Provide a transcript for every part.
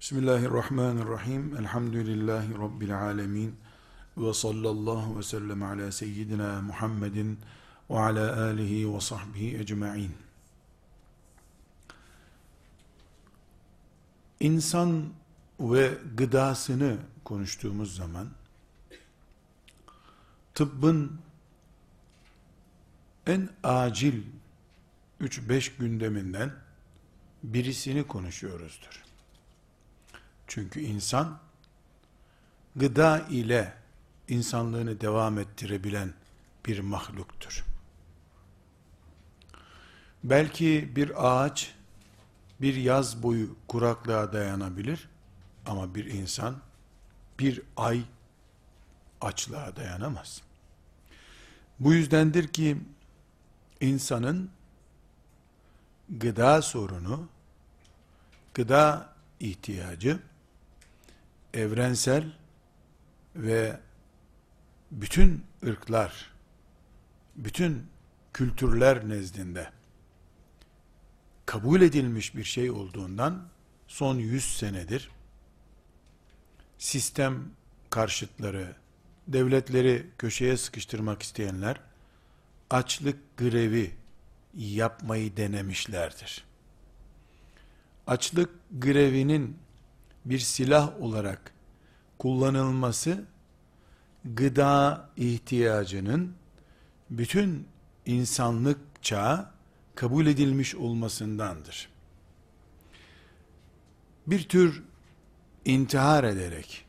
Bismillahirrahmanirrahim. Elhamdülillahi Rabbil alemin. Ve sallallahu ve sellem ala seyyidina Muhammedin ve ala alihi ve sahbihi ecma'in. İnsan ve gıdasını konuştuğumuz zaman, tıbbın en acil 3-5 gündeminden birisini konuşuyoruzdur. Çünkü insan, gıda ile insanlığını devam ettirebilen bir mahluktur. Belki bir ağaç, bir yaz boyu kuraklığa dayanabilir, ama bir insan, bir ay açlığa dayanamaz. Bu yüzdendir ki, insanın gıda sorunu, gıda ihtiyacı, evrensel ve bütün ırklar, bütün kültürler nezdinde kabul edilmiş bir şey olduğundan son 100 senedir sistem karşıtları, devletleri köşeye sıkıştırmak isteyenler açlık grevi yapmayı denemişlerdir. Açlık grevinin bir silah olarak kullanılması, gıda ihtiyacının bütün insanlıkça kabul edilmiş olmasındandır. Bir tür intihar ederek,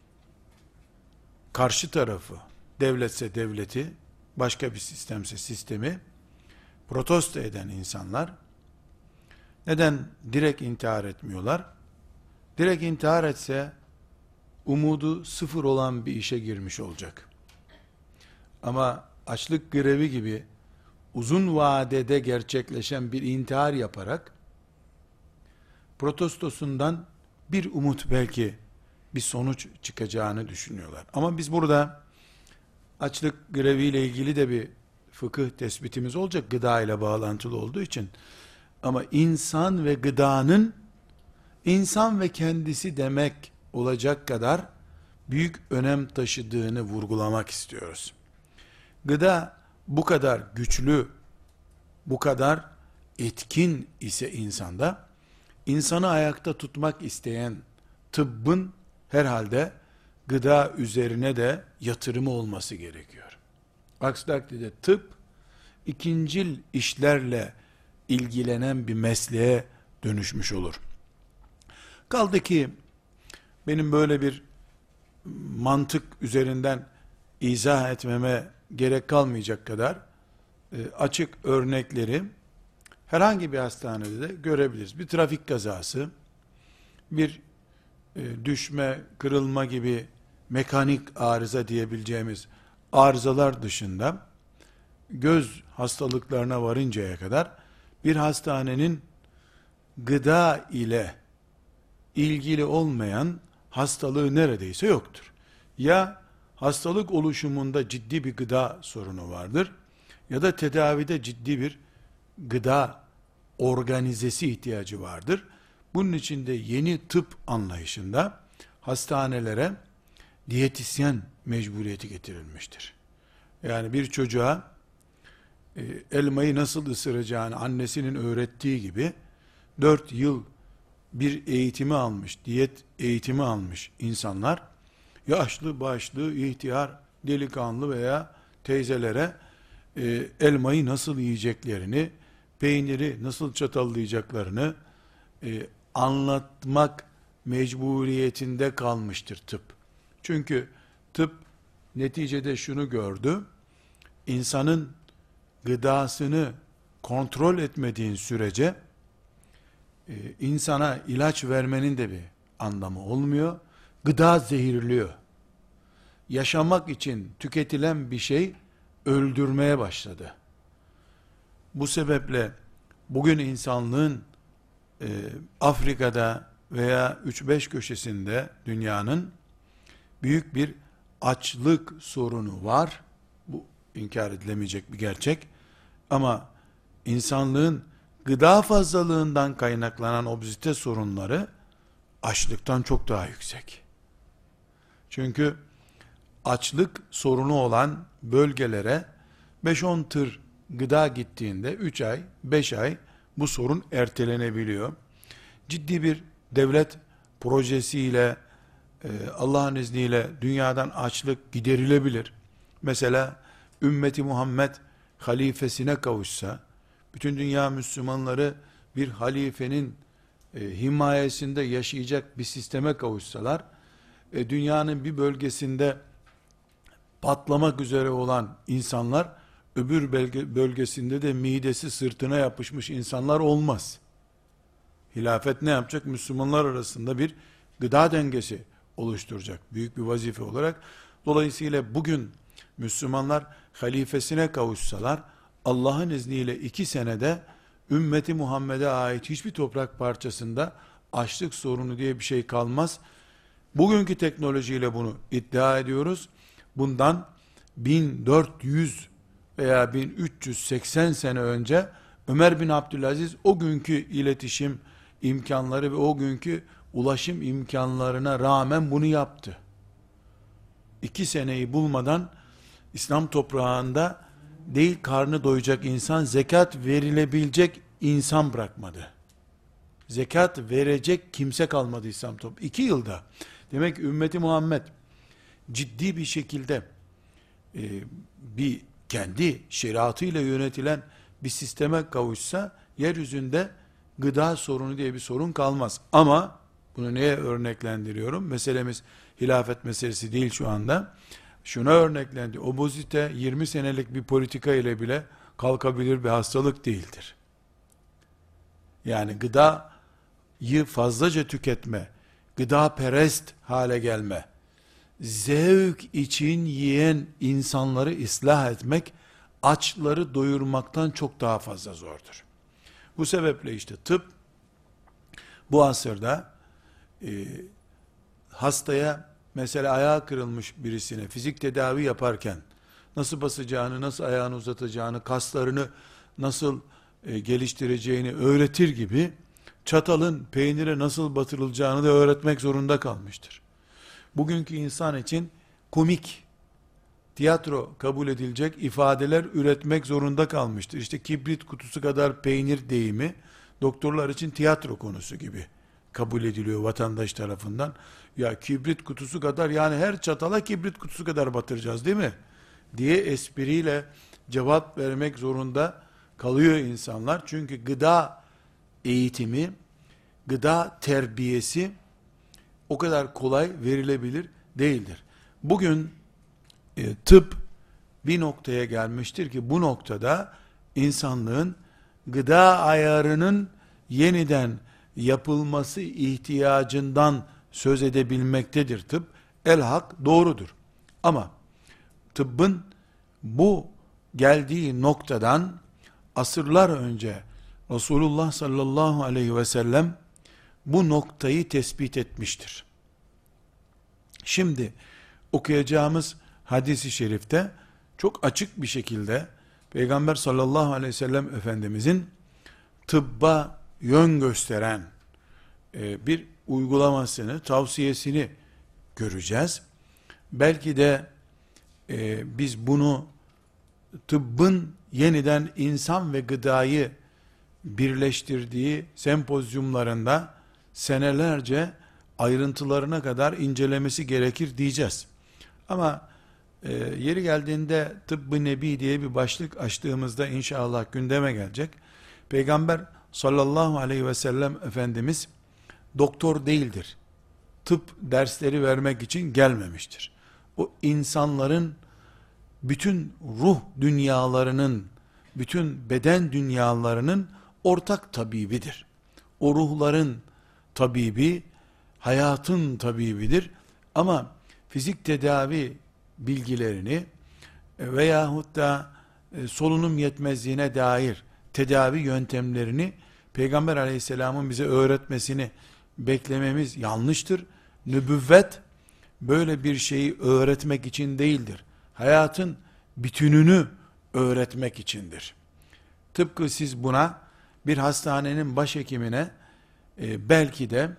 karşı tarafı, devletse devleti, başka bir sistemse sistemi, protesto eden insanlar, neden direkt intihar etmiyorlar? Direkt intihar etse, umudu sıfır olan bir işe girmiş olacak. Ama açlık grevi gibi uzun vadede gerçekleşen bir intihar yaparak, protestosundan bir umut, belki bir sonuç çıkacağını düşünüyorlar. Ama biz burada açlık greviyle ilgili de bir fıkıh tespitimiz olacak, gıda ile bağlantılı olduğu için. Ama insan ve gıdanın, insan ve kendisi demek olacak kadar büyük önem taşıdığını vurgulamak istiyoruz. Gıda bu kadar güçlü, bu kadar etkin ise insanda, insanı ayakta tutmak isteyen tıbbın herhalde gıda üzerine de yatırımı olması gerekiyor. Aksi takdirde tıp, ikincil işlerle ilgilenen bir mesleğe dönüşmüş olur. Kaldı ki, benim böyle bir mantık üzerinden izah etmeme gerek kalmayacak kadar açık örnekleri herhangi bir hastanede de görebiliriz. Bir trafik kazası, bir düşme, kırılma gibi mekanik arıza diyebileceğimiz arızalar dışında, göz hastalıklarına varıncaya kadar bir hastanenin gıda ile ilgili olmayan hastalığı neredeyse yoktur. Ya hastalık oluşumunda ciddi bir gıda sorunu vardır, ya da tedavide ciddi bir gıda organizesi ihtiyacı vardır. Bunun için de yeni tıp anlayışında hastanelere diyetisyen mecburiyeti getirilmiştir. Yani bir çocuğa elmayı nasıl ısıracağını annesinin öğrettiği gibi 4 yıl bir eğitimi almış, diyet eğitimi almış insanlar, yaşlı başlı, ihtiyar, delikanlı veya teyzelere elmayı nasıl yiyeceklerini, peyniri nasıl çatallayacaklarını anlatmak mecburiyetinde kalmıştır tıp. Çünkü tıp neticede şunu gördü: insanın gıdasını kontrol etmediğin sürece insana ilaç vermenin de bir anlamı olmuyor. Gıda zehirliyor. Yaşamak için tüketilen bir şey öldürmeye başladı. Bu sebeple bugün insanlığın Afrika'da veya 3-5 köşesinde dünyanın büyük bir açlık sorunu var. Bu inkar edilemeyecek bir gerçek. Ama insanlığın gıda fazlalığından kaynaklanan obezite sorunları açlıktan çok daha yüksek. Çünkü açlık sorunu olan bölgelere 5-10 tır gıda gittiğinde 3 ay, 5 ay bu sorun ertelenebiliyor. Ciddi bir devlet projesiyle Allah'ın izniyle dünyadan açlık giderilebilir. Mesela ümmeti Muhammed halifesine kavuşsa, bütün dünya Müslümanları bir halifenin himayesinde yaşayacak bir sisteme kavuşsalar, dünyanın bir bölgesinde patlamak üzere olan insanlar, öbür bölgesinde de midesi sırtına yapışmış insanlar olmaz. Hilafet ne yapacak? Müslümanlar arasında bir gıda dengesi oluşturacak. Büyük bir vazife olarak. Dolayısıyla bugün Müslümanlar halifesine kavuşsalar, Allah'ın izniyle 2 senede ümmeti Muhammed'e ait hiçbir toprak parçasında açlık sorunu diye bir şey kalmaz. Bugünkü teknolojiyle bunu iddia ediyoruz. Bundan 1400 veya 1380 sene önce Ömer bin Abdülaziz o günkü iletişim imkanları ve o günkü ulaşım imkanlarına rağmen bunu yaptı. 2 seneyi bulmadan İslam toprağında değil karnı doyacak insan, zekat verilebilecek insan bırakmadı. Zekat verecek kimse kalmadı İslam toprağı. 2 yılda. Demek ki ümmeti Muhammed ciddi bir şekilde bir kendi şeriatıyla yönetilen bir sisteme kavuşsa, yeryüzünde gıda sorunu diye bir sorun kalmaz. Ama bunu neye örneklendiriyorum? Meselemiz hilafet meselesi değil şu anda. Şuna örneklendi. Obezite 20 senelik bir politika ile bile kalkabilir bir hastalık değildir. Yani gıdayı fazlaca tüketme, gıda perest hale gelme, zevk için yiyen insanları ıslah etmek, açları doyurmaktan çok daha fazla zordur. Bu sebeple işte tıp, bu asırda hastaya, mesela ayağı kırılmış birisine fizik tedavi yaparken, nasıl basacağını, nasıl ayağını uzatacağını, kaslarını nasıl geliştireceğini öğretir gibi, çatalın peynire nasıl batırılacağını da öğretmek zorunda kalmıştır. Bugünkü insan için komik, tiyatro kabul edilecek ifadeler üretmek zorunda kalmıştır. İşte kibrit kutusu kadar peynir deyimi, doktorlar için tiyatro konusu gibi kabul ediliyor vatandaş tarafından. Ya kibrit kutusu kadar, yani her çatala kibrit kutusu kadar batıracağız değil mi? Diye espriyle cevap vermek zorunda kalıyor insanlar. Çünkü gıda eğitimi, gıda terbiyesi o kadar kolay verilebilir değildir. Bugün tıp bir noktaya gelmiştir ki, bu noktada insanlığın gıda ayarının yeniden yapılması ihtiyacından söz edebilmektedir tıp. Elhak doğrudur. Ama tıbbın bu geldiği noktadan asırlar önce Resulullah sallallahu aleyhi ve sellem bu noktayı tespit etmiştir. Şimdi okuyacağımız hadis-i şerifte çok açık bir şekilde Peygamber sallallahu aleyhi ve sellem Efendimizin tıbba yön gösteren bir uygulamasını, tavsiyesini göreceğiz. Belki de biz bunu tıbbın yeniden insan ve gıdayı birleştirdiği sempozyumlarında senelerce ayrıntılarına kadar incelemesi gerekir diyeceğiz. Ama yeri geldiğinde Tıbb-ı Nebi diye bir başlık açtığımızda inşallah gündeme gelecek. Peygamber sallallahu aleyhi ve sellem Efendimiz doktor değildir. Tıp dersleri vermek için gelmemiştir. O insanların bütün ruh dünyalarının, bütün beden dünyalarının ortak tabibidir. O ruhların tabibi, hayatın tabibidir. Ama fizik tedavi bilgilerini veyahut da solunum yetmezliğine dair tedavi yöntemlerini Peygamber aleyhisselamın bize öğretmesini beklememiz yanlıştır. Nübüvvet böyle bir şeyi öğretmek için değildir. Hayatın bütününü öğretmek içindir. Tıpkı siz buna bir hastanenin başhekimine belki de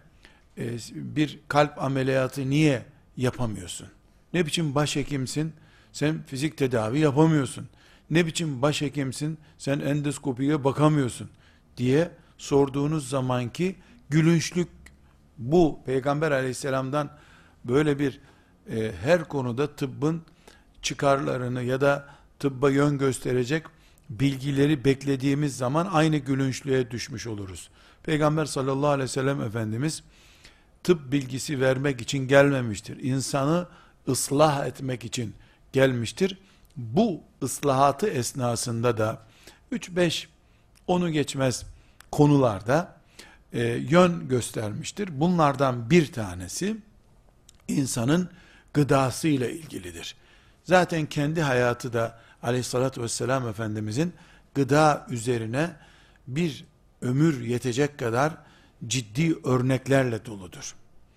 bir kalp ameliyatı niye yapamıyorsun? Ne biçim başhekimsin? Sen fizik tedavi yapamıyorsun. Ne biçim başhekimsin? Sen endoskopiye bakamıyorsun diye sorduğunuz zamanki gülünçlük, bu Peygamber aleyhisselamdan böyle bir her konuda tıbbın çıkarlarını ya da tıbba yön gösterecek bilgileri beklediğimiz zaman aynı gülünçlüğe düşmüş oluruz. Peygamber sallallahu aleyhi ve sellem Efendimiz tıp bilgisi vermek için gelmemiştir. İnsanı ıslah etmek için gelmiştir. Bu ıslahatı esnasında da 3-5 onu geçmez konularda yön göstermiştir. Bunlardan bir tanesi insanın gıdası ile ilgilidir. Zaten kendi hayatı da aleyhissalatü vesselam Efendimizin gıda üzerine bir ömür yetecek kadar ciddi örneklerle doludur.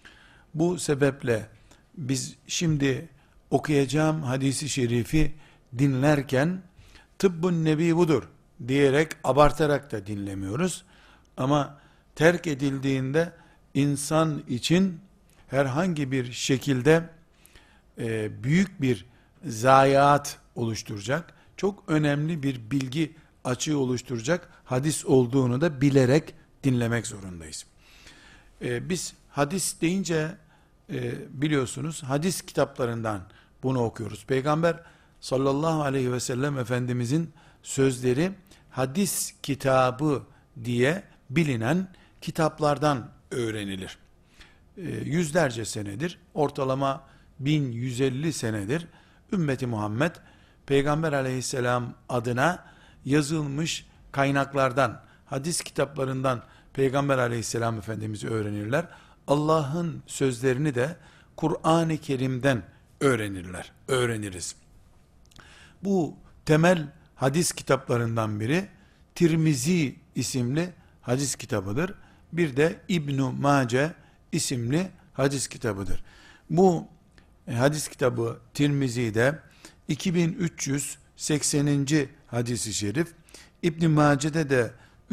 Bu sebeple biz şimdi okuyacağım hadisi şerifi dinlerken tıbbun nebi budur diyerek abartarak da dinlemiyoruz. Ama terk edildiğinde insan için herhangi bir şekilde büyük bir zayiat oluşturacak, çok önemli bir bilgi açığı oluşturacak hadis olduğunu da bilerek dinlemek zorundayız. Biz hadis deyince biliyorsunuz hadis kitaplarından bunu okuyoruz. Peygamber sallallahu aleyhi ve sellem Efendimizin sözleri hadis kitabı diye bilinen kitaplardan öğrenilir. Yüzlerce senedir, ortalama 1150 senedir ümmeti Muhammed Peygamber aleyhisselam adına yazılmış kaynaklardan, hadis kitaplarından Peygamber aleyhisselam Efendimiz'i öğrenirler. Allah'ın sözlerini de Kur'an-ı Kerim'den öğreniriz. Bu temel hadis kitaplarından biri Tirmizi isimli hadis kitabıdır. Bir de İbn-i Mace isimli hadis kitabıdır. Bu hadis kitabı Tirmizi'de 2380. hadisi şerif, İbn-i Mace'de de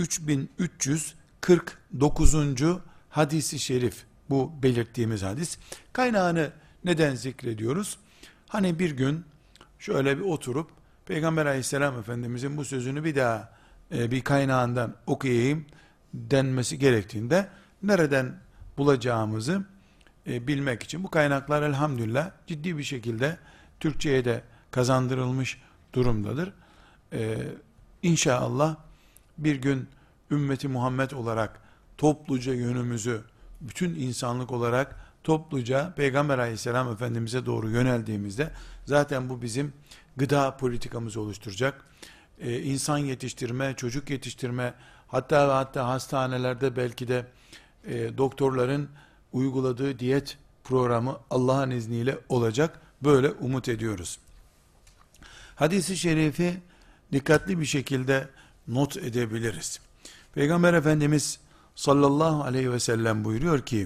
3349. hadisi şerif bu belirttiğimiz hadis. Kaynağını neden zikrediyoruz? Hani bir gün şöyle bir oturup Peygamber aleyhisselam Efendimizin bu sözünü bir daha bir kaynağından okuyayım denmesi gerektiğinde nereden bulacağımızı bilmek için bu kaynaklar elhamdülillah ciddi bir şekilde Türkçe'ye de kazandırılmış durumdadır. İnşallah bir gün ümmeti Muhammed olarak topluca yönümüzü, bütün insanlık olarak topluca Peygamber aleyhisselam Efendimiz'e doğru yöneldiğimizde zaten bu bizim gıda politikamızı oluşturacak. İnsan yetiştirme, çocuk yetiştirme, hatta hastanelerde belki de doktorların uyguladığı diyet programı Allah'ın izniyle olacak. Böyle umut ediyoruz. Hadis-i şerifi dikkatli bir şekilde not edebiliriz. Peygamber Efendimiz sallallahu aleyhi ve sellem buyuruyor ki,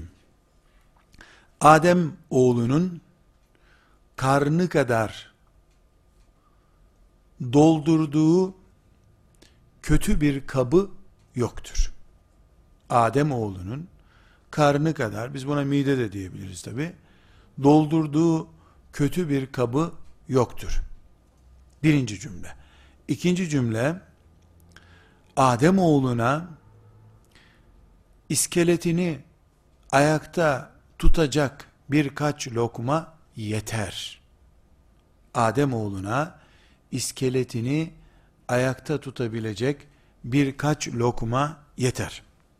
Adem oğlunun karnı kadar doldurduğu kötü bir kabı yoktur. Adem oğlunun karnı kadar, biz buna mide de diyebiliriz tabi, doldurduğu kötü bir kabı yoktur. Birinci cümle. İkinci cümle, Adem oğluna iskeletini ayakta tutacak birkaç lokma yeter. Adem oğluna iskeletini ayakta tutabilecek birkaç lokma yeter.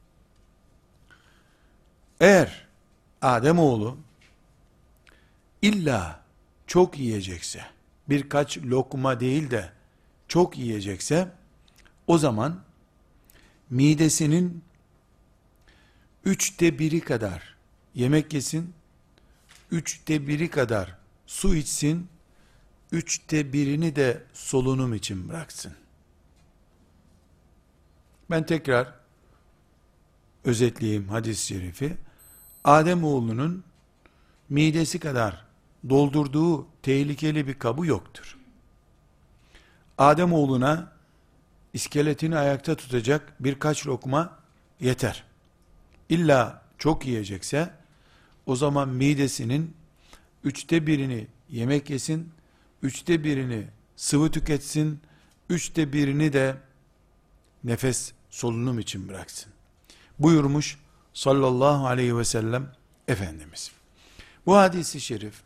Eğer Adem oğlu illa çok yiyecekse, birkaç lokma değil de çok yiyecekse, o zaman midesinin 1/3 kadar yemek yesin, 1/3 kadar su içsin, 1/3'ünü de solunum için bıraksın. Ben tekrar özetleyeyim hadis-i şerifi. Adem oğlunun midesi kadar doldurduğu tehlikeli bir kabı yoktur. Adem oğluna iskeletini ayakta tutacak birkaç lokma yeter. İlla çok yiyecekse, o zaman midesinin 1/3'ünü yemek yesin, 1/3'ünü sıvı tüketsin, 1/3'ünü de nefes solunum için bıraksın buyurmuş sallallahu aleyhi ve sellem Efendimiz. Bu hadisi şerif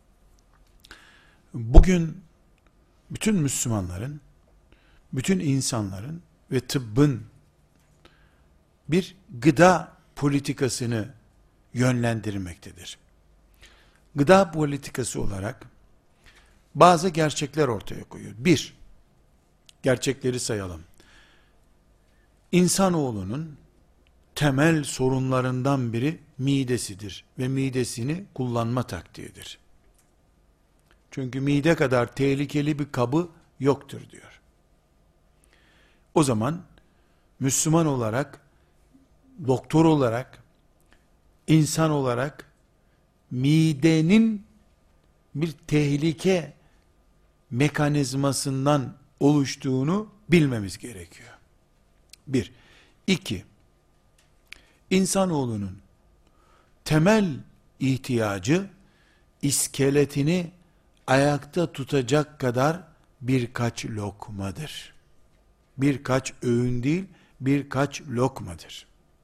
bugün bütün Müslümanların, bütün insanların ve tıbbın bir gıda politikasını yönlendirmektedir. Gıda politikası olarak bazı gerçekler ortaya koyuyor. Bir, gerçekleri sayalım. İnsanoğlunun temel sorunlarından biri midesidir ve midesini kullanma taktiğidir. Çünkü mide kadar tehlikeli bir kabı yoktur diyor. O zaman Müslüman olarak, doktor olarak, insan olarak midenin bir tehlike mekanizmasından oluştuğunu bilmemiz gerekiyor. Bir. İki, insanoğlunun temel ihtiyacı iskeletini ayakta tutacak kadar birkaç lokmadır. Birkaç öğün değil, birkaç lokmadır.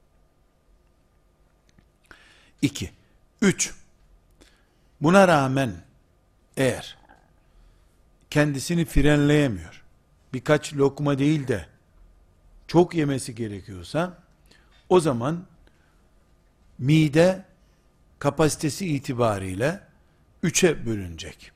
2. 3. Buna rağmen eğer kendisini frenleyemiyor, birkaç lokma değil de çok yemesi gerekiyorsa, o zaman mide kapasitesi itibariyle 3'e bölünecek.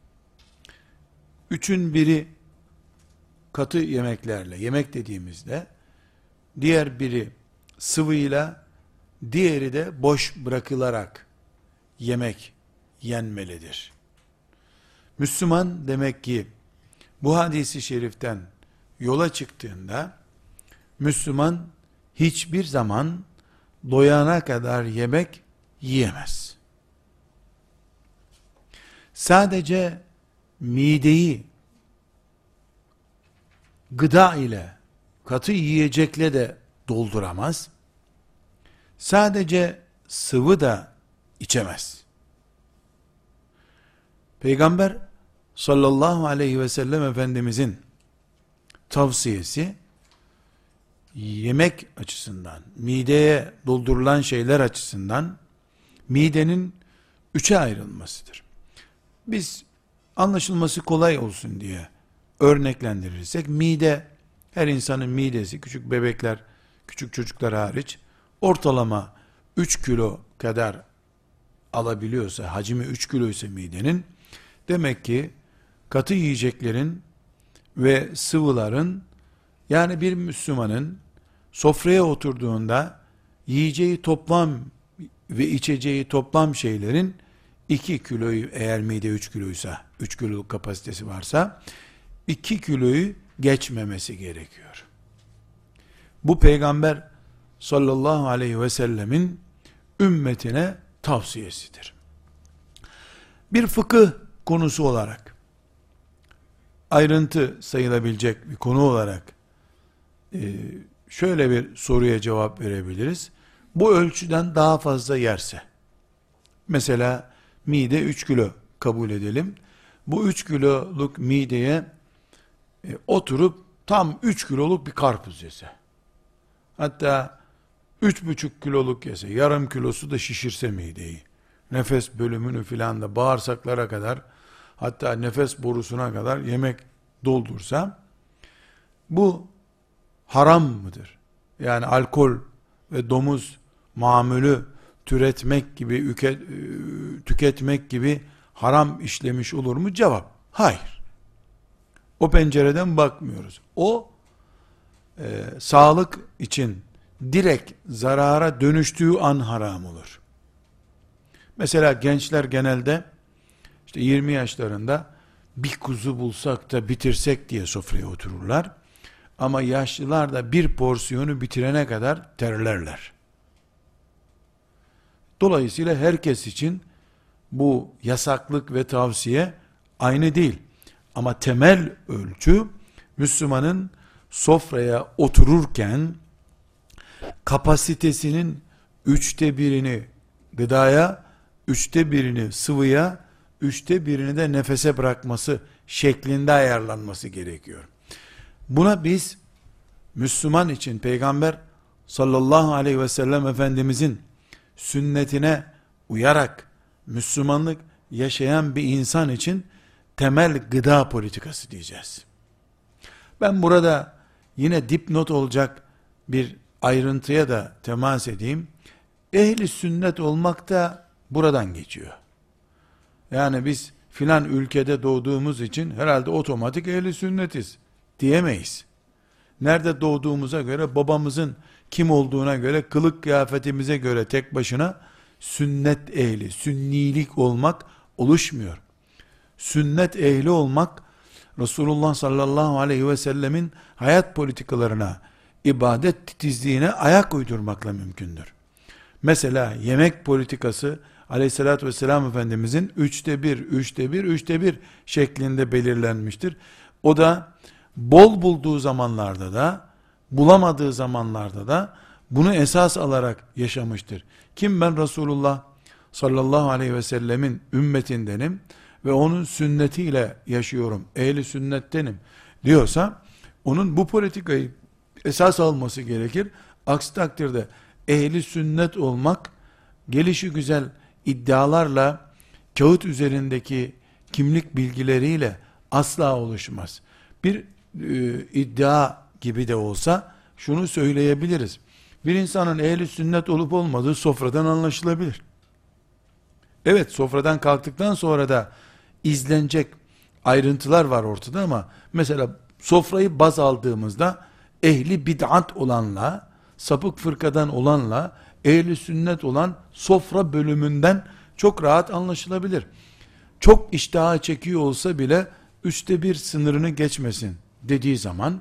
3'ün biri katı yemeklerle, yemek dediğimizde, diğer biri sıvıyla, diğeri de boş bırakılarak yemek yenmelidir. Müslüman demek ki bu hadisi şeriften yola çıktığında, Müslüman hiçbir zaman doyana kadar yemek yiyemez. Sadece mideyi gıda ile, katı yiyecekle de dolduramaz. Sadece sıvı da içemez. Peygamber sallallahu aleyhi ve sellem Efendimizin tavsiyesi, yemek açısından, mideye doldurulan şeyler açısından, midenin 3'e ayrılmasıdır. Biz anlaşılması kolay olsun diye örneklendirirsek, mide, her insanın midesi, küçük bebekler, küçük çocuklar hariç, ortalama 3 kilo kadar alabiliyorsa, hacmi 3 kilo ise midenin, demek ki katı yiyeceklerin ve sıvıların, yani bir Müslümanın sofraya oturduğunda yiyeceği toplam ve içeceği toplam şeylerin 2 kiloyu, eğer mide 3 kiloysa, 3 kiloluk kapasitesi varsa, 2 kiloyu geçmemesi gerekiyor. Bu Peygamber sallallahu aleyhi ve sellemin ümmetine tavsiyesidir. Bir fıkıh konusu olarak, ayrıntı sayılabilecek bir konu olarak, şöyle bir soruya cevap verebiliriz. Bu ölçüden daha fazla yerse, mesela mide 3 kilo kabul edelim. Bu 3 kiloluk mideye oturup tam 3 kiloluk bir karpuz yese, hatta 3,5 kiloluk yese, yarım kilosu da şişirse mideyi, nefes bölümünü filan da bağırsaklara kadar, hatta nefes borusuna kadar yemek doldursa, bu haram mıdır? Yani alkol ve domuz mamülü türetmek gibi, tüketmek gibi haram işlemiş olur mu? Cevap, hayır. O pencereden bakmıyoruz. O sağlık için direkt zarara dönüştüğü an haram olur. Mesela gençler genelde işte 20 yaşlarında bir kuzu bulsak da bitirsek diye sofraya otururlar. Ama yaşlılar da bir porsiyonu bitirene kadar terlerler. Dolayısıyla herkes için bu yasaklık ve tavsiye aynı değil. Ama temel ölçü, Müslümanın sofraya otururken kapasitesinin 1/3'ünü gıdaya, 1/3'ünü sıvıya, 1/3'ünü de nefese bırakması şeklinde ayarlanması gerekiyor. Buna biz Müslüman için Peygamber sallallahu aleyhi ve sellem Efendimizin sünnetine uyarak Müslümanlık yaşayan bir insan için temel gıda politikası diyeceğiz. Ben burada yine dipnot olacak bir ayrıntıya da temas edeyim. Ehli sünnet olmak da buradan geçiyor. Yani biz filan ülkede doğduğumuz için herhalde otomatik ehli sünnetiz diyemeyiz. Nerede doğduğumuza göre, babamızın kim olduğuna göre, kılık kıyafetimize göre tek başına sünnet ehli, sünnilik olmak oluşmuyor. Sünnet ehli olmak, Resulullah sallallahu aleyhi ve sellemin hayat politikalarına, ibadet titizliğine ayak uydurmakla mümkündür. Mesela yemek politikası, aleyhissalatü vesselam Efendimizin 1/3, 1/3, 1/3 şeklinde belirlenmiştir. O da bol bulduğu zamanlarda da, bulamadığı zamanlarda da bunu esas alarak yaşamıştır. Kim ben Resulullah sallallahu aleyhi ve sellemin ümmetindenim ve onun sünnetiyle yaşıyorum, ehli sünnettenim diyorsa, onun bu politikayı esas alması gerekir. Aksi takdirde ehli sünnet olmak, gelişi güzel iddialarla, kağıt üzerindeki kimlik bilgileriyle asla oluşmaz. Bir iddia gibi de olsa şunu söyleyebiliriz. Bir insanın ehli sünnet olup olmadığı sofradan anlaşılabilir. Evet, sofradan kalktıktan sonra da izlenecek ayrıntılar var ortada ama mesela sofrayı baz aldığımızda ehli bid'at olanla, sapık fırkadan olanla, ehli sünnet olan sofra bölümünden çok rahat anlaşılabilir. Çok iştaha çekiyor olsa bile 1/3 sınırını geçmesin dediği zaman,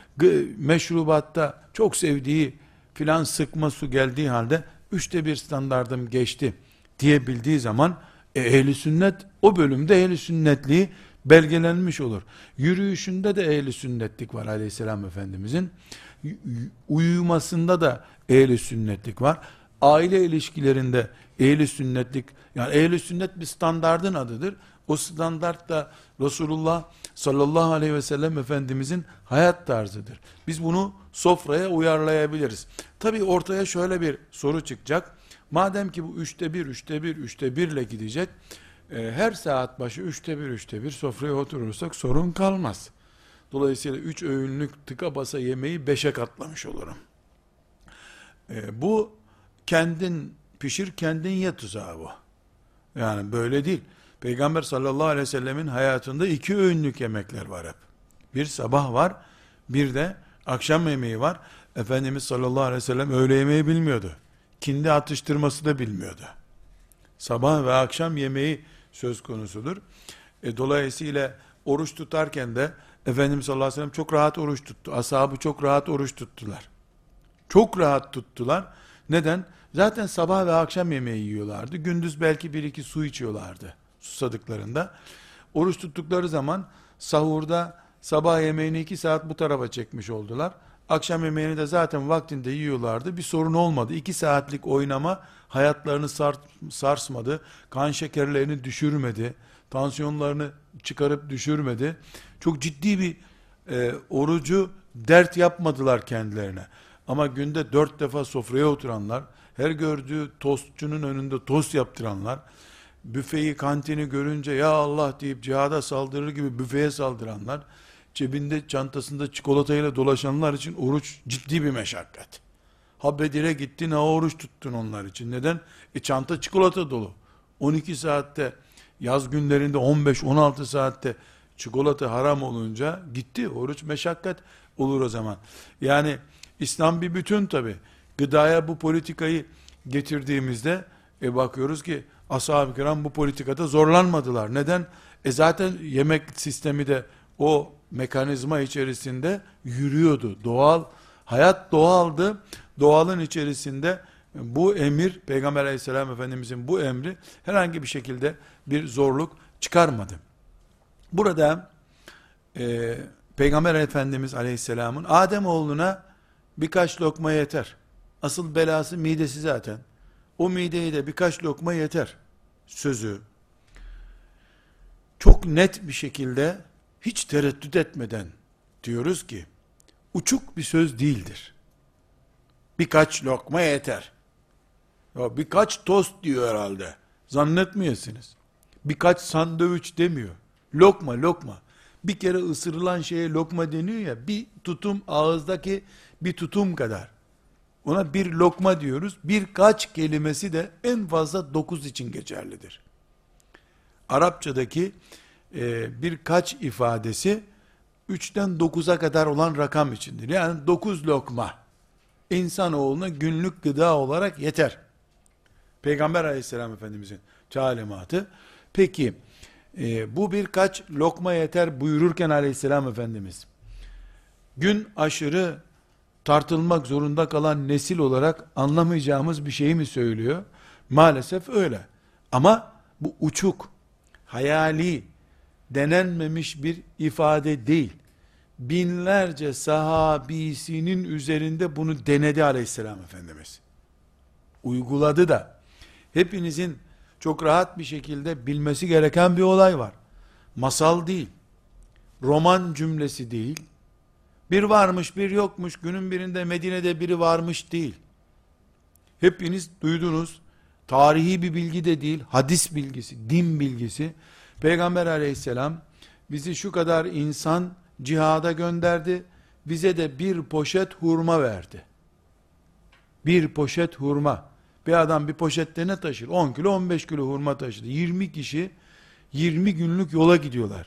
meşrubatta çok sevdiği filan sıkma su geldiği halde 1/3 standardım geçti diyebildiği zaman ehli sünnet o bölümde ehli sünnetliği belgelenmiş olur. Yürüyüşünde de ehli sünnetlik var aleyhisselam Efendimizin. Uyumasında da ehli sünnetlik var. Aile ilişkilerinde ehli sünnetlik, yani ehli sünnet bir standardın adıdır. O standart da Resulullah sallallahu aleyhi ve sellem Efendimizin hayat tarzıdır. Biz bunu sofraya uyarlayabiliriz. Tabi ortaya şöyle bir soru çıkacak. Madem ki bu 1/3, 1/3, 1/3 ile gidecek, her saat başı 1/3 sofraya oturursak sorun kalmaz. Dolayısıyla 3 öğünlük tıka basa yemeği 5'e katlamış olurum. Bu kendin pişir kendin ye tuzağı bu. Yani böyle değil. Peygamber sallallahu aleyhi ve sellemin hayatında 2 öğünlük yemekler var hep. Bir sabah var, bir de akşam yemeği var. Efendimiz sallallahu aleyhi ve sellem öğle yemeği bilmiyordu. Kindi atıştırması da bilmiyordu. Sabah ve akşam yemeği söz konusudur. Dolayısıyla oruç tutarken de Efendimiz sallallahu aleyhi ve sellem çok rahat oruç tuttu. Ashabı çok rahat oruç tuttular. Çok rahat tuttular. Neden? Zaten sabah ve akşam yemeği yiyorlardı. Gündüz belki bir iki su içiyorlardı susadıklarında. Oruç tuttukları zaman sahurda sabah yemeğini 2 saat bu tarafa çekmiş oldular. Akşam yemeğini de zaten vaktinde yiyorlardı. Bir sorun olmadı. 2 saatlik oynama hayatlarını sarsmadı. Kan şekerlerini düşürmedi. Tansiyonlarını çıkarıp düşürmedi. Çok ciddi bir orucu dert yapmadılar kendilerine. Ama günde 4 defa sofraya oturanlar, her gördüğü tostçunun önünde tost yaptıranlar, büfeyi, kantini görünce ya Allah deyip cihada saldırır gibi büfeye saldıranlar, cebinde çantasında çikolatayla dolaşanlar için oruç ciddi bir meşakkat. Ha Bedir'e gittin, ha oruç tuttun onlar için. Neden? Çanta çikolata dolu. 12 saatte, yaz günlerinde 15-16 saatte çikolata haram olunca gitti. Oruç meşakkat olur o zaman. Yani İslam bir bütün tabi. Gıdaya bu politikayı getirdiğimizde bakıyoruz ki ashab-ı kiram bu politikada zorlanmadılar. Neden? Zaten yemek sistemi de o mekanizma içerisinde yürüyordu. Doğal, hayat doğaldı. Doğalın içerisinde bu emir, Peygamber aleyhisselam Efendimizin bu emri herhangi bir şekilde bir zorluk çıkarmadı. Burada Peygamber Efendimiz aleyhisselamın Adem oğluna birkaç lokma yeter. Asıl belası midesi zaten. o mideye de birkaç lokma yeter sözü çok net bir şekilde, hiç tereddüt etmeden diyoruz ki uçuk bir söz değildir. Birkaç lokma yeter. Ya birkaç tost diyor herhalde. Zannetmeyesiniz. Birkaç sandviç demiyor. Lokma lokma. Bir kere ısırılan şeye lokma deniyor ya, bir tutum ağızdaki bir tutum kadar. Ona bir lokma diyoruz. Birkaç kelimesi de en fazla 9 için geçerlidir. Arapçadaki birkaç ifadesi 3'ten 9'a kadar olan rakam içindir. Yani 9 lokma insanoğluna günlük gıda olarak yeter. Peygamber aleyhisselam efendimizin talimatı. Peki bu birkaç lokma yeter buyururken aleyhisselam efendimiz, gün aşırı tartılmak zorunda kalan nesil olarak anlamayacağımız bir şey mi söylüyor? Maalesef öyle. Ama bu uçuk, hayali, denenmemiş bir ifade değil. Binlerce sahabisinin üzerinde bunu denedi aleyhisselam efendimiz. Uyguladı da. Hepinizin çok rahat bir şekilde bilmesi gereken bir olay var. Masal değil, roman cümlesi değil, bir varmış bir yokmuş, günün birinde Medine'de biri varmış değil. Hepiniz duydunuz, tarihi bir bilgi de değil, hadis bilgisi, din bilgisi. Peygamber aleyhisselam bizi şu kadar insan cihada gönderdi, bize de bir poşet hurma verdi. Bir poşet hurma. Bir adam bir poşette ne taşır? 10 kilo 15 kilo hurma taşıdı. 20 kişi 20 günlük yola gidiyorlar.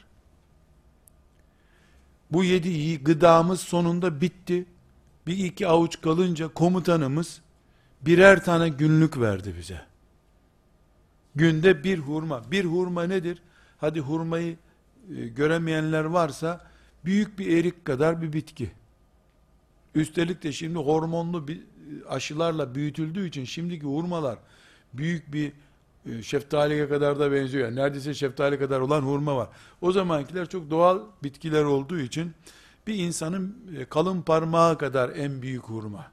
Bu yediği gıdamız sonunda bitti. Bir iki avuç kalınca komutanımız birer tane günlük verdi bize. Günde bir hurma. Bir hurma nedir? Hadi hurmayı göremeyenler varsa büyük bir erik kadar bir bitki. Üstelik de şimdi hormonlu bir aşılarla büyütüldüğü için şimdiki hurmalar büyük bir şeftaliye kadar da benziyor. Yani neredeyse şeftali kadar olan hurma var. O zamankiler çok doğal bitkiler olduğu için bir insanın kalın parmağı kadar en büyük hurma.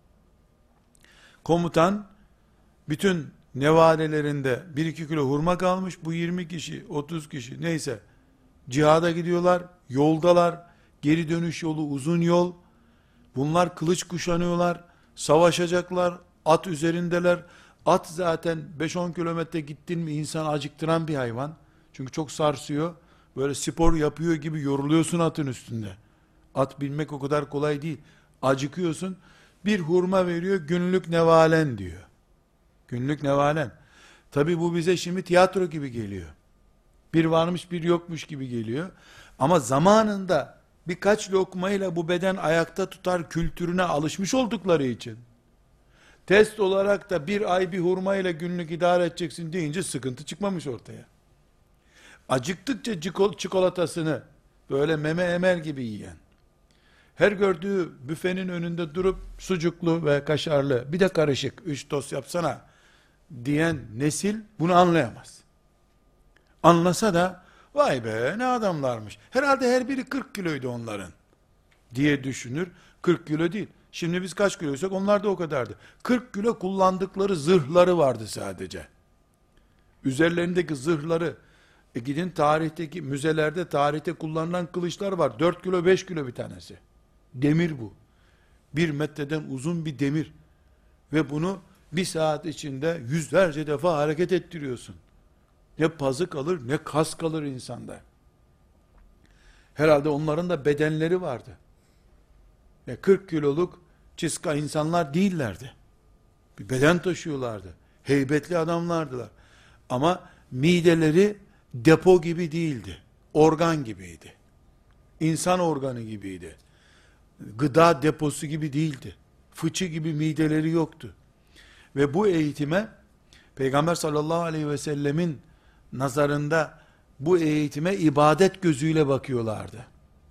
Komutan bütün nevarelerinde 1-2 kilo hurma kalmış. Bu 20 kişi, 30 kişi neyse cihada gidiyorlar, yoldalar. Geri dönüş yolu uzun yol. Bunlar kılıç kuşanıyorlar, savaşacaklar, at üzerindeler. At zaten 5-10 kilometre gittin mi insan acıktıran bir hayvan. Çünkü çok sarsıyor. Böyle spor yapıyor gibi yoruluyorsun atın üstünde. At binmek o kadar kolay değil. Acıkıyorsun. Bir hurma veriyor, günlük nevalen diyor. Günlük nevalen. Tabi bu bize şimdi tiyatro gibi geliyor. Bir varmış bir yokmuş gibi geliyor. Ama zamanında birkaç lokmayla bu beden ayakta tutar kültürüne alışmış oldukları için, test olarak da bir ay bir hurmayla günlük idare edeceksin deyince sıkıntı çıkmamış ortaya. Acıktıkça çikolatasını böyle meme emer gibi yiyen, her gördüğü büfenin önünde durup sucuklu ve kaşarlı bir de karışık 3 tost yapsana diyen nesil bunu anlayamaz. Anlasa da vay be ne adamlarmış. Herhalde her biri 40 kiloydu onların diye düşünür. 40 kilo değil. Şimdi biz kaç kiloysak onlar da o kadardı. 40 kilo kullandıkları zırhları vardı sadece. Üzerlerindeki zırhları gidin tarihteki müzelerde tarihte kullanılan kılıçlar var. 4 kilo 5 kilo bir tanesi. Demir bu. 1 metreden uzun bir demir. Ve bunu bir saat içinde yüzlerce defa hareket ettiriyorsun. Ne pazı kalır ne kas kalır insanda. Herhalde onların da bedenleri vardı. 40 kiloluk çıska insanlar değillerdi. Bir beden taşıyorlardı. Heybetli adamlardılar. Ama mideleri depo gibi değildi. Organ gibiydi. İnsan organı gibiydi. Gıda deposu gibi değildi. Fıçı gibi mideleri yoktu. Ve bu eğitime Peygamber sallallahu aleyhi ve sellemin nazarında bu eğitime ibadet gözüyle bakıyorlardı.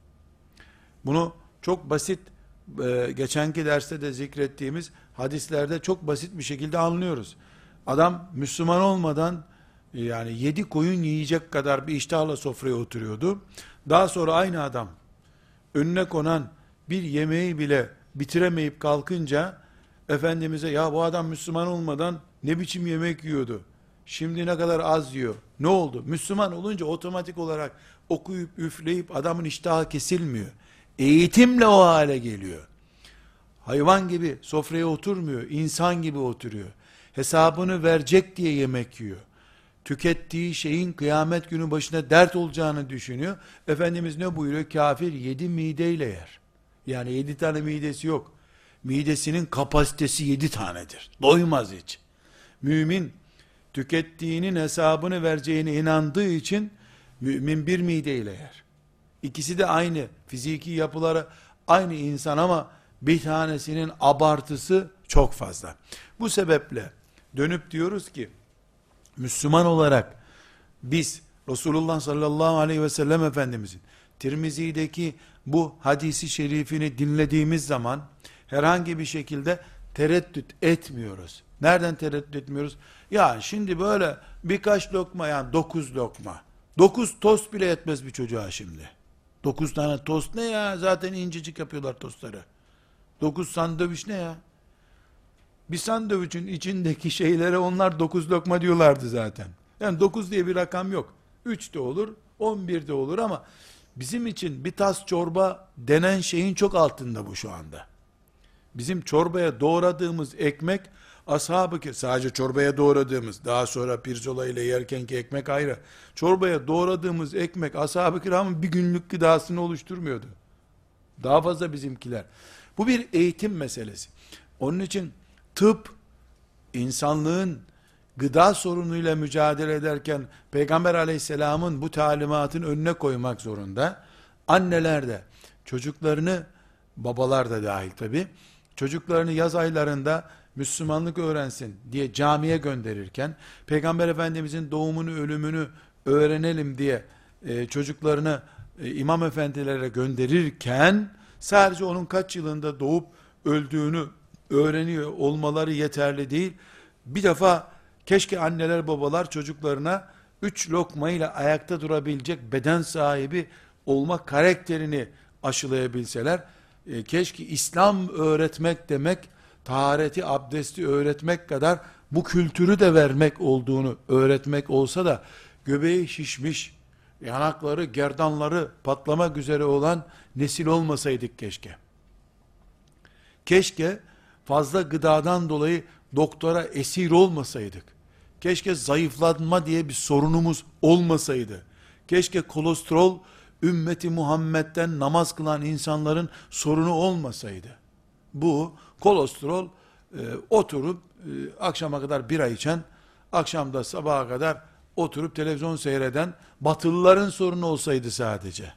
Bunu çok basit, geçenki derste de zikrettiğimiz hadislerde çok basit bir şekilde anlıyoruz. Adam Müslüman olmadan yani 7 koyun yiyecek kadar bir iştahla sofraya oturuyordu. Daha sonra aynı adam önüne konan bir yemeği bile bitiremeyip kalkınca Efendimiz'e ya bu adam Müslüman olmadan Ne biçim yemek yiyordu? Şimdi ne kadar az yiyor? Ne oldu? Müslüman olunca otomatik olarak okuyup üfleyip adamın iştahı kesilmiyor. Eğitimle o hale geliyor. Hayvan gibi sofraya oturmuyor, insan gibi oturuyor. Hesabını verecek diye yemek yiyor. Tükettiği şeyin kıyamet günü başına dert olacağını düşünüyor. Efendimiz ne buyuruyor? Kafir 7 mideyle yer. Yani 7 tane midesi yok. Midesinin kapasitesi 7 tanedir. Doymaz hiç. Mümin tükettiğinin hesabını vereceğine inandığı için mümin bir mideyle yer. İkisi de aynı fiziki yapıları aynı insan ama bir tanesinin abartısı çok fazla. Bu sebeple dönüp diyoruz ki Müslüman olarak biz Resulullah sallallahu aleyhi ve sellem Efendimizin Tirmizi'deki bu hadisi şerifini dinlediğimiz zaman herhangi bir şekilde tereddüt etmiyoruz. Nereden tereddüt etmiyoruz? Ya şimdi böyle birkaç lokma, yani 9 lokma. 9 tost bile yetmez bir çocuğa şimdi. 9 tane tost ne ya? Zaten incecik yapıyorlar tostları. 9 sandviç ne ya? Bir sandviçin içindeki şeylere onlar 9 lokma diyorlardı zaten. Yani 9 diye bir rakam yok. 3 de olur, 11 de olur ama bizim için bir tas çorba denen şeyin çok altında bu şu anda. Bizim çorbaya doğradığımız ekmek, ashab-ı sadece çorbaya doğradığımız, daha sonra pirzola ile yerkenki ekmek ayrı. Çorbaya doğradığımız ekmek ashab-ı kiramın bir günlük gıdasını oluşturmuyordu. Daha fazla bizimkiler. Bu bir eğitim meselesi. Onun için tıp, insanlığın gıda sorunuyla mücadele ederken Peygamber aleyhisselamın bu talimatın önüne koymak zorunda. Anneler de çocuklarını, babalar da dahil tabi, çocuklarını yaz aylarında Müslümanlık öğrensin diye camiye gönderirken, Peygamber Efendimizin doğumunu, ölümünü öğrenelim diye çocuklarını imam efendilere gönderirken, sadece onun kaç yılında doğup öldüğünü öğreniyor olmaları yeterli değil. Bir defa keşke anneler babalar çocuklarına 3 lokmayla ayakta durabilecek beden sahibi olma karakterini aşılayabilseler, keşke İslam öğretmek demek, tahareti, abdesti öğretmek kadar bu kültürü de vermek olduğunu öğretmek olsa da, göbeği şişmiş, yanakları, gerdanları patlamak üzere olan nesil olmasaydık keşke. Keşke fazla gıdadan dolayı doktora esir olmasaydık. Keşke zayıflanma diye bir sorunumuz olmasaydı. Keşke kolesterol ümmeti Muhammed'den namaz kılan insanların sorunu olmasaydı. Bu kolesterol oturup akşama kadar bira içen, akşamda sabaha kadar oturup televizyon seyreden Batılıların sorunu olsaydı sadece.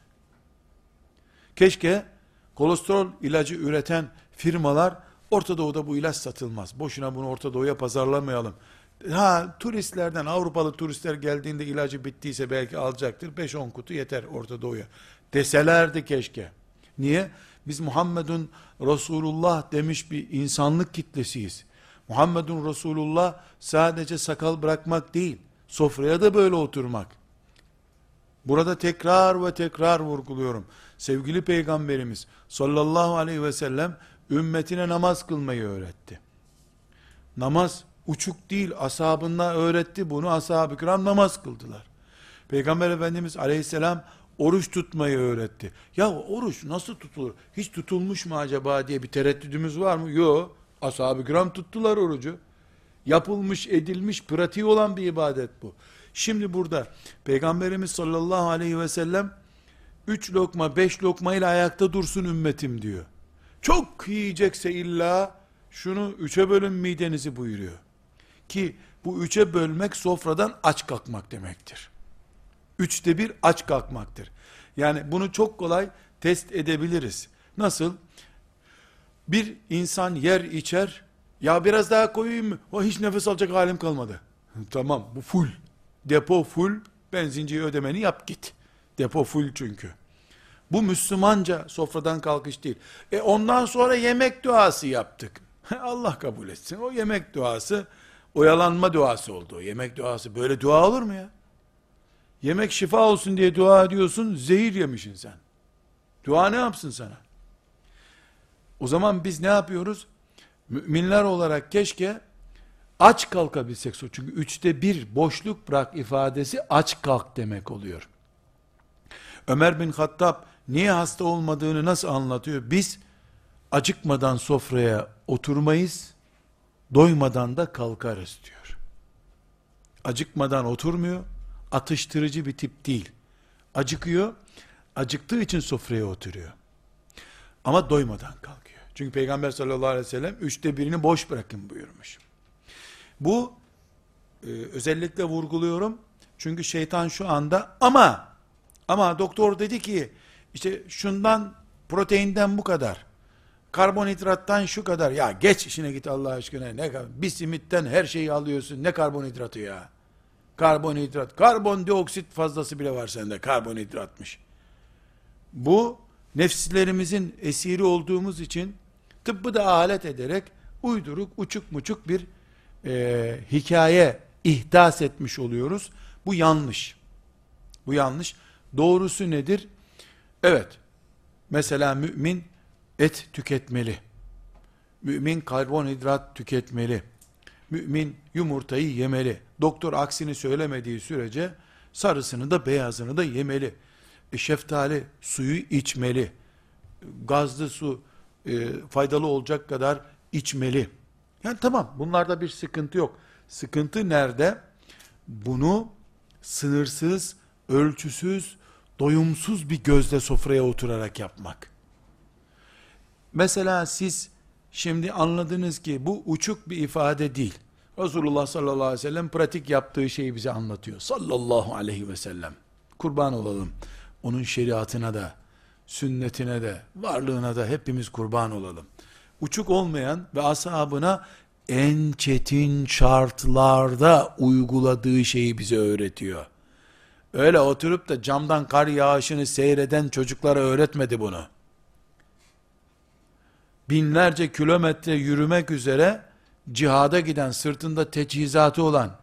Keşke kolesterol ilacı üreten firmalar, Orta Doğu'da bu ilaç satılmaz, boşuna bunu Orta Doğu'ya pazarlamayalım. Turistlerden, Avrupalı turistler geldiğinde ilacı bittiyse belki alacaktır, 5-10 kutu yeter Orta Doğu'ya deselerdi keşke. Niye? Biz Muhammedun Resulullah demiş bir insanlık kitlesiyiz. Muhammedun Resulullah sadece sakal bırakmak değil, sofraya da böyle oturmak. Burada tekrar ve tekrar vurguluyorum. Sevgili Peygamberimiz sallallahu aleyhi ve sellem ümmetine namaz kılmayı öğretti. Namaz uçuk değil, ashabına öğretti bunu, ashab-ı kiram namaz kıldılar. Peygamber Efendimiz aleyhisselam oruç tutmayı öğretti. Ya oruç nasıl tutulur? Hiç tutulmuş mu acaba diye bir tereddüdümüz var mı? Yok. Ashab-ı kiram tuttular orucu. Yapılmış, edilmiş, pratiği olan bir ibadet bu. Şimdi burada Peygamberimiz sallallahu aleyhi ve sellem 3 lokma 5 lokma ile ayakta dursun ümmetim diyor. Çok yiyecekse illa şunu 3'e bölün midenizi buyuruyor. Ki bu 3'e bölmek sofradan aç kalkmak demektir. 3'te 1 aç kalkmaktır. Yani bunu çok kolay test edebiliriz. Nasıl? Bir insan yer içer, ya biraz daha koyayım mı? O hiç nefes alacak halim kalmadı. Tamam, bu full. Depo full, benzinciye ödemeni yap git. Depo full çünkü. Bu Müslümanca sofradan kalkış değil. Ondan sonra yemek duası yaptık. Allah kabul etsin. O yemek duası, oyalanma duası oldu. O yemek duası, böyle dua olur mu ya? Yemek şifa olsun diye dua ediyorsun, zehir yemişsin sen. Dua ne yapsın sana? O zaman biz ne yapıyoruz? Müminler olarak keşke Aç kalkabilsek. Çünkü 1/3 boşluk bırak ifadesi aç kalk demek oluyor. Ömer bin Hattab niye hasta olmadığını nasıl anlatıyor? Biz acıkmadan sofraya oturmayız, doymadan da kalkarız diyor. Acıkmadan oturmuyor, atıştırıcı bir tip değil. Acıkıyor, acıktığı için sofraya oturuyor. Ama doymadan kalkıyor. Çünkü Peygamber sallallahu aleyhi ve sellem 1/3'ünü boş bırakın buyurmuş. Bu özellikle vurguluyorum. Çünkü şeytan şu anda ama doktor dedi ki işte şundan proteinden bu kadar, karbonhidrattan şu kadar. Ya geç işine git Allah aşkına. Ne bir simitten her şeyi alıyorsun. Ne karbonhidratı ya? Karbonhidrat, karbondioksit fazlası bile var sende. Karbonhidratmış. Bu nefslerimizin esiri olduğumuz için tıbbı da alet ederek uyduruk, uçuk muçuk bir hikaye ihdas etmiş oluyoruz. Bu yanlış. Bu yanlış. Doğrusu nedir? Evet. Mesela mümin et tüketmeli. Mümin karbonhidrat tüketmeli. Mümin yumurtayı yemeli. Doktor aksini söylemediği sürece sarısını da beyazını da yemeli. Şeftali suyu içmeli. Gazlı su faydalı olacak kadar içmeli. Yani tamam, bunlarda bir sıkıntı yok. Sıkıntı nerede? Bunu sınırsız, ölçüsüz, doyumsuz bir gözle sofraya oturarak yapmak. Mesela siz şimdi anladınız ki bu uçuk bir ifade değil. Resulullah sallallahu aleyhi ve sellem pratik yaptığı şeyi bize anlatıyor. Sallallahu aleyhi ve sellem. Kurban olalım. Onun şeriatına da, sünnetine de, varlığına da hepimiz kurban olalım. Uçuk olmayan ve ashabına en çetin şartlarda uyguladığı şeyi bize öğretiyor. Öyle oturup da camdan kar yağışını seyreden çocuklara öğretmedi bunu. Binlerce kilometre yürümek üzere cihada giden, sırtında teçhizatı olan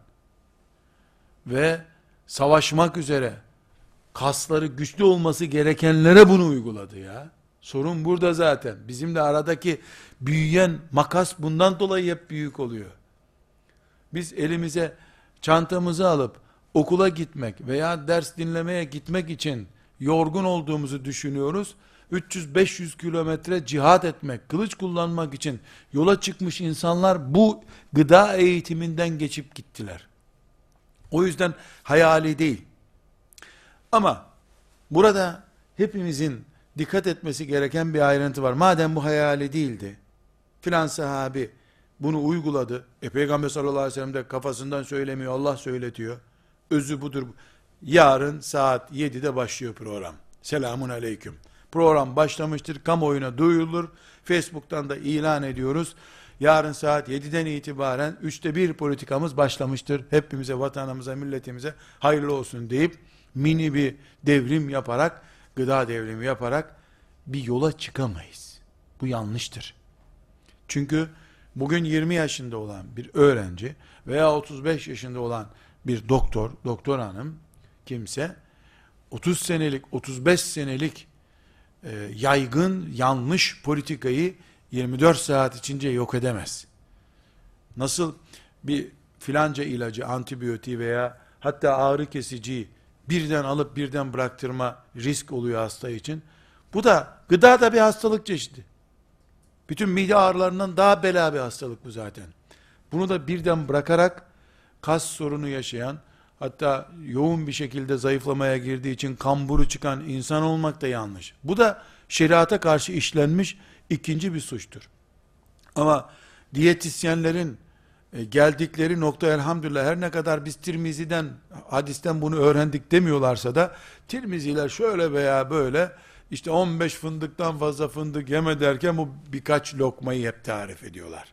ve savaşmak üzere kasları güçlü olması gerekenlere bunu uyguladı ya. Sorun burada zaten. Bizim de aradaki büyüyen makas bundan dolayı hep büyük oluyor. Biz elimize çantamızı alıp okula gitmek veya ders dinlemeye gitmek için yorgun olduğumuzu düşünüyoruz. 300-500 kilometre cihat etmek, kılıç kullanmak için yola çıkmış insanlar bu gıda eğitiminden geçip gittiler. O yüzden hayali değil. Ama burada hepimizin dikkat etmesi gereken bir ayrıntı var. Madem bu hayali değildi, filan sahabi bunu uyguladı. Peygamber sallallahu aleyhi ve sellem de kafasından söylemiyor, Allah söyletiyor. Özü budur. Yarın saat 7'de başlıyor program. Selamun aleyküm. Program başlamıştır, kamuoyuna duyurulur. Facebook'tan da ilan ediyoruz. Yarın saat 7'den itibaren 1/3 politikamız başlamıştır. Hepimize, vatanımıza, milletimize hayırlı olsun deyip mini bir devrim yaparak, gıda devrimi yaparak bir yola çıkamayız. Bu yanlıştır. Çünkü bugün 20 yaşında olan bir öğrenci veya 35 yaşında olan bir doktor hanım, kimse 30 senelik, 35 senelik yaygın, yanlış politikayı 24 saat içinde yok edemez. Nasıl bir filanca ilacı, antibiyotiği veya hatta ağrı kesiciyi birden alıp birden bıraktırma risk oluyor hasta için. Bu da, gıda da bir hastalık çeşidi. Bütün mide ağrılarından daha bela bir hastalık bu zaten. Bunu da birden bırakarak kas sorunu yaşayan, hatta yoğun bir şekilde zayıflamaya girdiği için kamburu çıkan insan olmak da yanlış. Bu da şeriata karşı işlenmiş ikinci bir suçtur. Ama diyetisyenlerin geldikleri nokta, elhamdülillah, her ne kadar biz Tirmizi'den, hadisten bunu öğrendik demiyorlarsa da, Tirmiziler şöyle veya böyle, işte 15 fındıktan fazla fındık yeme derken bu birkaç lokmayı hep tarif ediyorlar.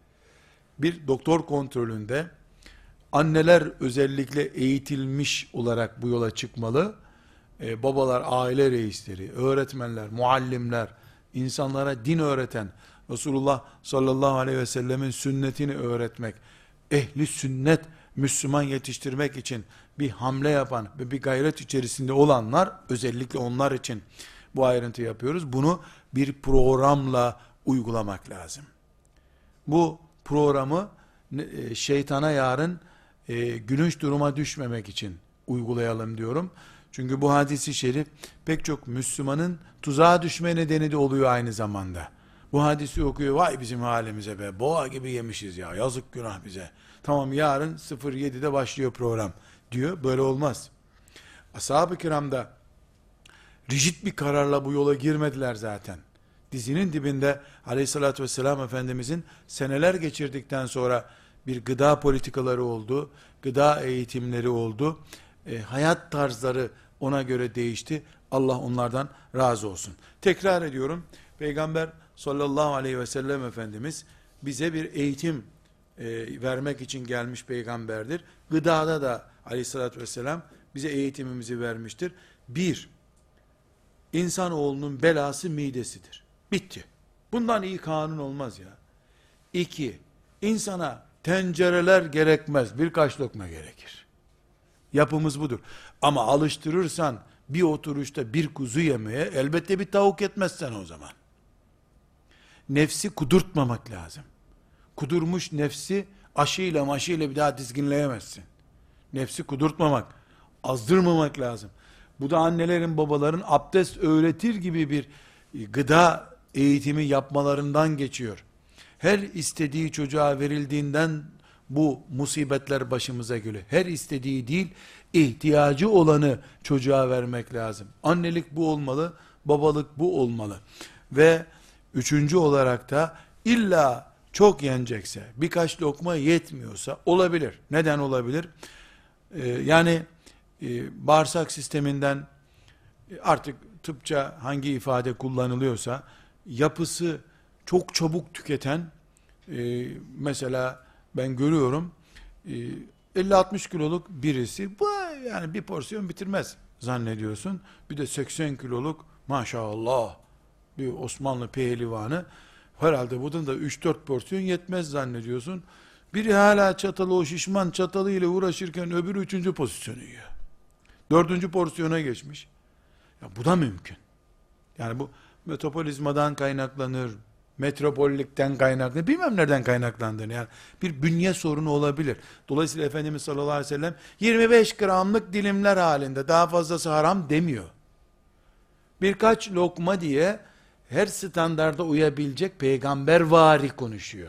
Bir doktor kontrolünde anneler özellikle eğitilmiş olarak bu yola çıkmalı. Babalar, aile reisleri, öğretmenler, muallimler, insanlara din öğreten, Resulullah sallallahu aleyhi ve sellemin sünnetini öğretmek, ehli sünnet Müslüman yetiştirmek için bir hamle yapan ve bir gayret içerisinde olanlar, özellikle onlar için bu ayrıntı yapıyoruz. Bunu bir programla uygulamak lazım. Bu programı şeytana yarın gülünç duruma düşmemek için uygulayalım diyorum. Çünkü bu hadisi şerif pek çok Müslümanın tuzağa düşme nedeni de oluyor aynı zamanda. Bu hadisi okuyor, vay bizim halimize be, boğa gibi yemişiz ya, yazık günah bize. Tamam, yarın 07'de başlıyor program diyor. Böyle olmaz. Ashab-ı kiram da rigid bir kararla bu yola girmediler zaten. Dizinin dibinde aleyhissalatü vesselam Efendimizin seneler geçirdikten sonra bir gıda politikaları oldu, gıda eğitimleri oldu, hayat tarzları ona göre değişti. Allah onlardan razı olsun. Tekrar ediyorum, Peygamber sallallahu aleyhi ve sellem Efendimiz bize bir eğitim vermek için gelmiş peygamberdir. Gıdada da aleyhissalatü vesselam bize eğitimimizi vermiştir. Bir, insanoğlunun belası midesidir. Bitti. Bundan iyi kanun olmaz ya. İki, insana tencereler gerekmez, birkaç lokma gerekir. Yapımız budur. Ama alıştırırsan bir oturuşta bir kuzu yemeye, elbette bir tavuk yetmezsen o zaman. Nefsi kudurtmamak lazım. Kudurmuş nefsi aşıyla maşıyla bir daha dizginleyemezsin. Nefsi kudurtmamak, azdırmamak lazım. Bu da annelerin, babaların abdest öğretir gibi bir gıda eğitimi yapmalarından geçiyor. Her istediği çocuğa verildiğinden bu musibetler başımıza geliyor. Her istediği değil, ihtiyacı olanı çocuğa vermek lazım. Annelik bu olmalı, babalık bu olmalı. Ve üçüncü olarak da illa çok yenecekse, birkaç lokma yetmiyorsa olabilir. Neden olabilir? Bağırsak sisteminden artık tıpça hangi ifade kullanılıyorsa, yapısı çok çabuk tüketen, mesela ben görüyorum, 50-60 kiloluk birisi, bu yani bir porsiyon bitirmez zannediyorsun. Bir de 80 kiloluk maşallah bir Osmanlı pehlivanı, herhalde bunun da 3-4 porsiyon yetmez zannediyorsun. Biri hala çatalı, o şişman çatalı ile uğraşırken öbürü 3. pozisyonu yiyor. 4. porsiyona geçmiş. Ya bu da mümkün. Yani bu metabolizmadan kaynaklanır, metropollikten kaynaklanır, bilmem nereden kaynaklandığını, yani bir bünye sorunu olabilir. Dolayısıyla Efendimiz sallallahu aleyhi ve sellem 25 gramlık dilimler halinde, daha fazlası haram demiyor. Birkaç lokma diye her standarda uyabilecek peygambervari konuşuyor.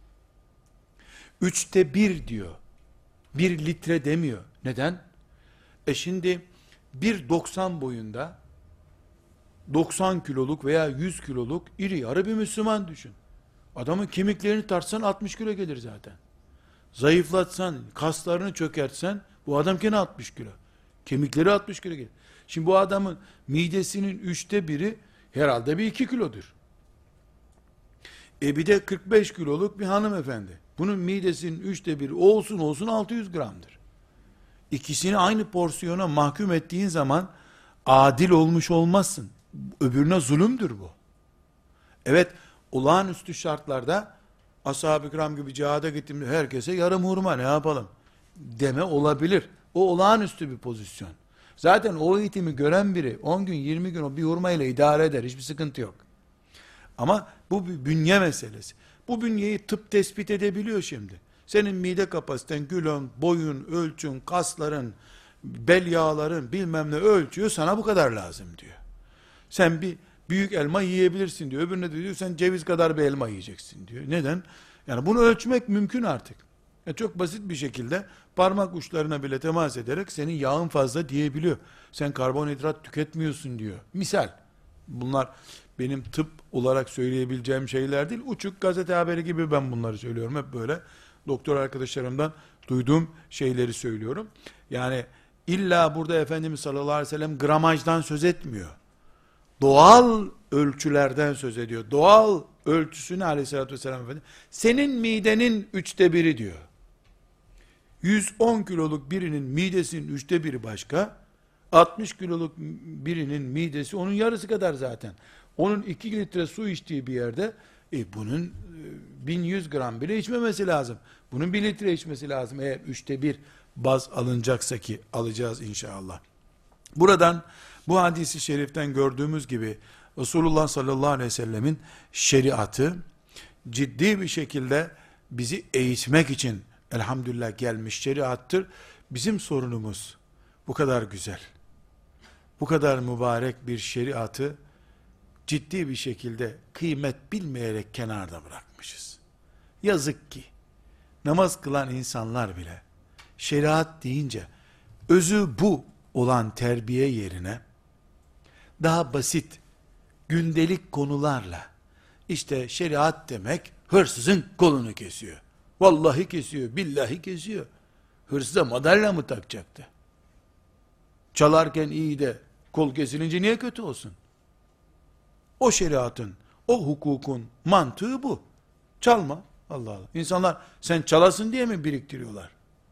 1/3 diyor. 1 litre demiyor. Neden? Şimdi 1.90 boyunda 90 kiloluk veya 100 kiloluk iri yarı bir Müslüman düşün. Adamın kemiklerini tartsan 60 kilo gelir zaten. Zayıflatsan, kaslarını çökertsen bu adam gene 60 kilo. Kemikleri 60 kilo gelir. Şimdi bu adamın midesinin 1/3 herhalde bir 2 kilodur. Bir de 45 kiloluk bir hanımefendi. Bunun midesinin 1/3 olsun 600 gramdır. İkisini aynı porsiyona mahkum ettiğin zaman adil olmuş olmazsın. Öbürüne zulümdür bu. Evet, olağanüstü şartlarda ashab-ı kiram gibi cihada gittiğimde herkese yarım hurma ne yapalım deme olabilir. O olağanüstü bir pozisyon. Zaten o eğitimi gören biri 10 gün 20 gün o bir hurma ile idare eder. Hiçbir sıkıntı yok. Ama bu bir bünye meselesi. Bu bünyeyi tıp tespit edebiliyor şimdi. Senin mide kapasiten, kilon, boyun, ölçün, kasların, bel yağların bilmem ne ölçüyor, sana bu kadar lazım diyor. Sen bir büyük elma yiyebilirsin diyor. Öbürüne de diyor sen ceviz kadar bir elma yiyeceksin diyor. Neden? Yani bunu ölçmek mümkün artık. Çok basit bir şekilde parmak uçlarına bile temas ederek senin yağın fazla diyebiliyor. Sen karbonhidrat tüketmiyorsun diyor. Misal. Bunlar benim tıp olarak söyleyebileceğim şeyler değil. Uçuk gazete haberi gibi ben bunları söylüyorum. Hep böyle doktor arkadaşlarımdan duyduğum şeyleri söylüyorum. Yani illa burada Efendimiz sallallahu aleyhi ve sellem gramajdan söz etmiyor. Doğal ölçülerden söz ediyor. Doğal ölçüsünü aleyhissalatü vesselam Efendimiz, senin midenin 1/3 diyor. 110 kiloluk birinin midesinin 1/3 başka, 60 kiloluk birinin midesi onun yarısı kadar zaten. Onun 2 litre su içtiği bir yerde bunun 1100 gram bile içmemesi lazım. Bunun 1 litre içmesi lazım eğer 1/3 baz alınacaksa, ki alacağız inşallah. Buradan bu hadisi şeriften gördüğümüz gibi Resulullah sallallahu aleyhi ve sellemin şeriatı ciddi bir şekilde bizi eğitmek için elhamdülillah gelmiş şeriattır. Bizim sorunumuz bu kadar güzel, bu kadar mübarek bir şeriatı ciddi bir şekilde kıymet bilmeyerek kenarda bırakmışız. Yazık ki namaz kılan insanlar bile şeriat deyince özü bu olan terbiye yerine daha basit gündelik konularla, işte şeriat demek hırsızın kolunu kesiyor. Vallahi kesiyor, billahi kesiyor. Hırsıza madalya mı takacaktı? Çalarken iyi de kol kesilince niye kötü olsun? O şeriatın, o hukukun mantığı bu. Çalma. Allah Allah. İnsanlar sen çalasın diye mi biriktiriyorlar?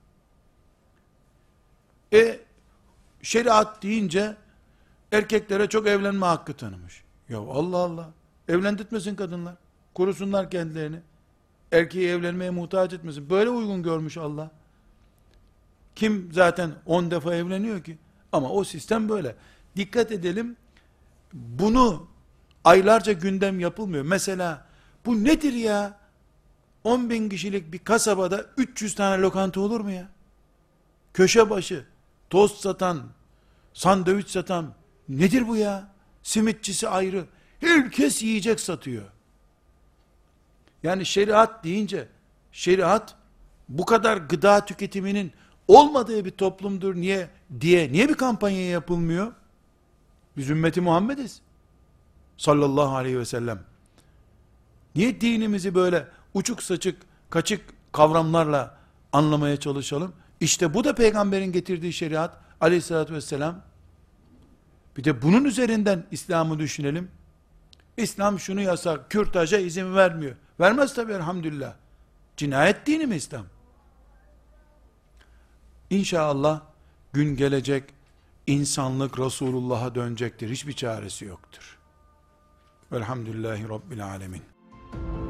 Şeriat deyince erkeklere çok evlenme hakkı tanımış. Ya Allah Allah. Evlendirtmesin kadınlar. Korusunlar kendilerini. Erkeği evlenmeye muhtaç etmesin. Böyle uygun görmüş Allah. Kim zaten 10 defa evleniyor ki? Ama o sistem böyle. Dikkat edelim. Bunu aylarca gündem yapılmıyor. Mesela bu nedir ya? 10 bin kişilik bir kasabada 300 tane lokanta olur mu ya? Köşe başı, tost satan, sandviç satan, nedir bu ya? Simitçisi ayrı. Herkes yiyecek satıyor. Yani şeriat deyince, şeriat bu kadar gıda tüketiminin olmadığı bir toplumdur niye bir kampanya yapılmıyor? Biz ümmeti Muhammediz. Sallallahu aleyhi ve sellem. Niye dinimizi böyle uçuk saçık, kaçık kavramlarla anlamaya çalışalım? İşte bu da peygamberin getirdiği şeriat aleyhissalatü vesselam. Bir de bunun üzerinden İslam'ı düşünelim. İslam şunu yasak, kürtaja izin vermiyor. Vermez tabi elhamdülillah. Cinayet dini mi İslam? İnşallah gün gelecek, insanlık Resulullah'a dönecektir. Hiçbir çaresi yoktur. Velhamdülillahi Rabbil alemin.